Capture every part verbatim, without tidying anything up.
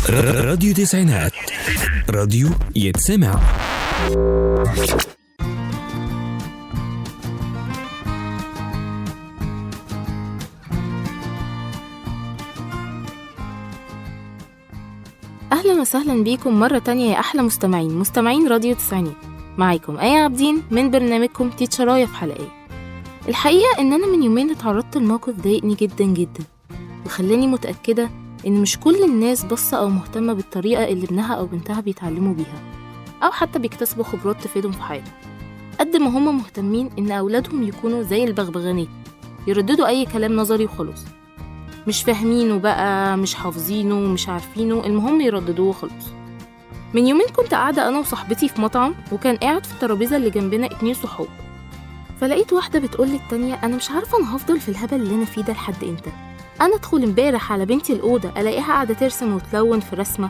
راديو تسعينات، راديو يتسمع. أهلا وسهلا بيكم مرة تانية يا أحلى مستمعين مستمعين راديو تسعينات. معاكم آية عابدين من برنامجكم تيتشراية في حلقية. الحقيقة إن أنا من يومين اتعرضت لموقف ضايقني جدا جدا وخلاني متأكدة إن مش كل الناس بصة أو مهتمة بالطريقة اللي ابنها أو بنتها بيتعلموا بيها أو حتى بيكتسبوا خبرات تفيدهم في حياتهم، قد ما هم مهتمين إن أولادهم يكونوا زي البغبغانات يرددوا أي كلام نظري وخلاص، مش فاهمينه بقى، مش حافظينه، مش عارفينه، المهم يرددوه وخلاص. من يومين كنت قاعدة أنا وصاحبتي في مطعم، وكان قاعد في الترابيزة اللي جنبنا اتنين صحاب، فلقيت واحدة بتقول للتانية أنا مش عارفة أنا هفضل في الهبل اللي أنا فيه ده لحد إمتى؟ أنا أدخل امبارح على بنتي الأوضة ألاقيها قاعدة ترسم وتلون في رسمة.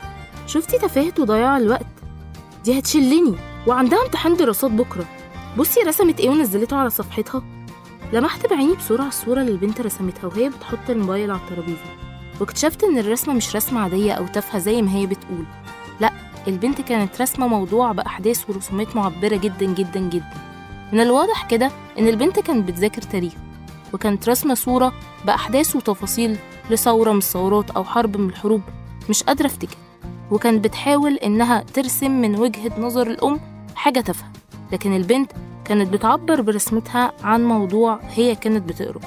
شفتي تفاهة وضياع الوقت؟ دي هتشلني وعندها امتحان دراسات بكرة. بصي رسمت إيه ونزلته على صفحتها. لمحت بعيني بسرعة الصورة اللي البنت رسمتها وهي بتحط الموبايل على الترابيزة، واكتشفت إن الرسمة مش رسمة عادية أو تافهة زي ما هي بتقول، لأ، البنت كانت رسمة موضوع بأحداث ورسومات معبرة جدا جدا جدا. من الواضح كده إن البنت كانت بتذاكر تاريخ، وكانت رسمة صورة بأحداث وتفاصيل لثورة من الثورات أو حرب من الحروب، مش قادرة أفتكر، وكانت بتحاول إنها ترسم من وجهة نظر الأم حاجة تافهة، لكن البنت كانت بتعبر برسمتها عن موضوع هي كانت بتقرأه.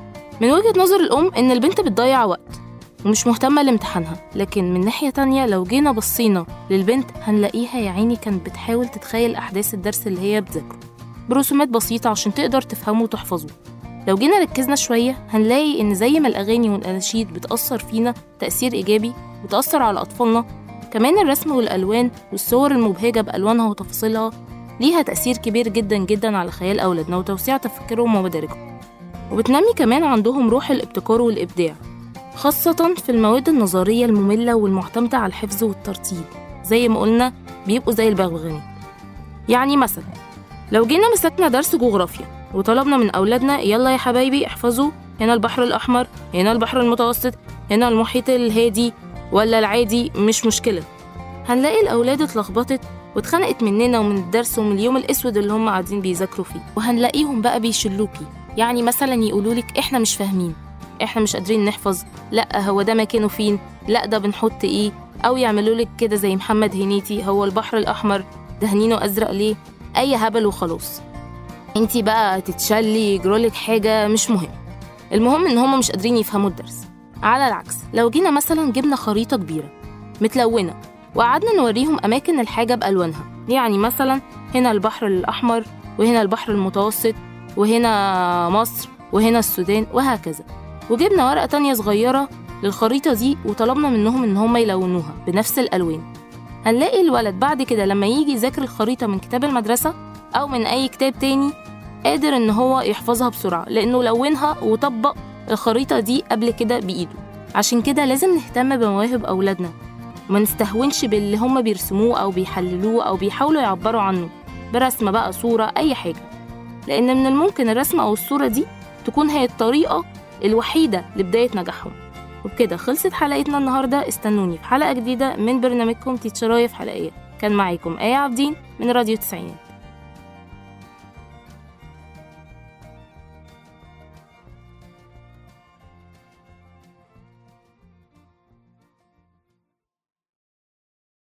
من وجهة نظر الأم إن البنت بتضيع وقت ومش مهتمة لامتحانها، لكن من ناحية تانية لو جينا بصينا للبنت هنلاقيها يا عيني كانت بتحاول تتخيل أحداث الدرس اللي هي بتذاكره برسومات بسيطة عشان تقدر تفهمه وتحفظه. لو جينا ركزنا شوية هنلاقي إن زي ما الأغاني والأناشيد بتأثر فينا تأثير إيجابي بتأثر على أطفالنا، كمان الرسم والألوان والصور المبهجة بألوانها وتفاصيلها ليها تأثير كبير جدا جدا على خيال أولادنا وتوسيع تفكيرهم ومداركهم، وبتنمي كمان عندهم روح الابتكار والإبداع، خاصة في المواد النظرية المملة والمعتمدة على الحفظ والترتيب. زي ما قلنا بيبقوا زي البغبغانات. يعني مثلا لو جينا مسكنا درس جغرافيا وطلبنا من أولادنا يلا يا حبايبي احفظوا هنا البحر الأحمر، هنا البحر المتوسط، هنا المحيط الهادي ولا العادي، مش مشكلة، هنلاقي الأولاد اتلخبطت واتخنقت مننا ومن الدرس ومن اليوم الأسود اللي هم قاعدين بيذاكروا فيه، وهنلاقيهم بقى بيشلوكي. يعني مثلا يقولولك احنا مش فاهمين، احنا مش قادرين نحفظ، لا هو ده مكانه فين، لا ده بنحط ايه، او يعملولك كده زي محمد هنيدي هو البحر الأحمر دهنينه أزرق ليه، أي هبل وخلاص. انتي بقى تتشلي يجرولك حاجة مش مهم، المهم ان هم مش قادرين يفهموا الدرس. على العكس لو جينا مثلا جبنا خريطة كبيرة متلونة وقعدنا نوريهم أماكن الحاجة بألوانها، يعني مثلا هنا البحر الأحمر وهنا البحر المتوسط وهنا مصر وهنا السودان وهكذا، وجبنا ورقة تانية صغيرة للخريطة دي وطلبنا منهم ان هم يلونوها بنفس الألوان، هنلاقي الولد بعد كده لما يجي يذاكر الخريطة من كتاب المدرسة أو من أي كتاب تاني قادر إن هو يحفظها بسرعة لأنه لونها وطبق الخريطة دي قبل كده بإيده. عشان كده لازم نهتم بمواهب أولادنا وما نستهونش باللي هم بيرسموه أو بيحللوه أو بيحاولوا يعبروا عنه برسمة بقى، صورة، أي حاجة، لأن من الممكن الرسمة أو الصورة دي تكون هي الطريقة الوحيدة لبداية نجاحهم. وبكده خلصت حلقتنا النهاردة، استنوني في حلقة جديدة من برنامجكم تيتشراية في حلقية. كان معاكم آية عابدين من راديو تسعينات.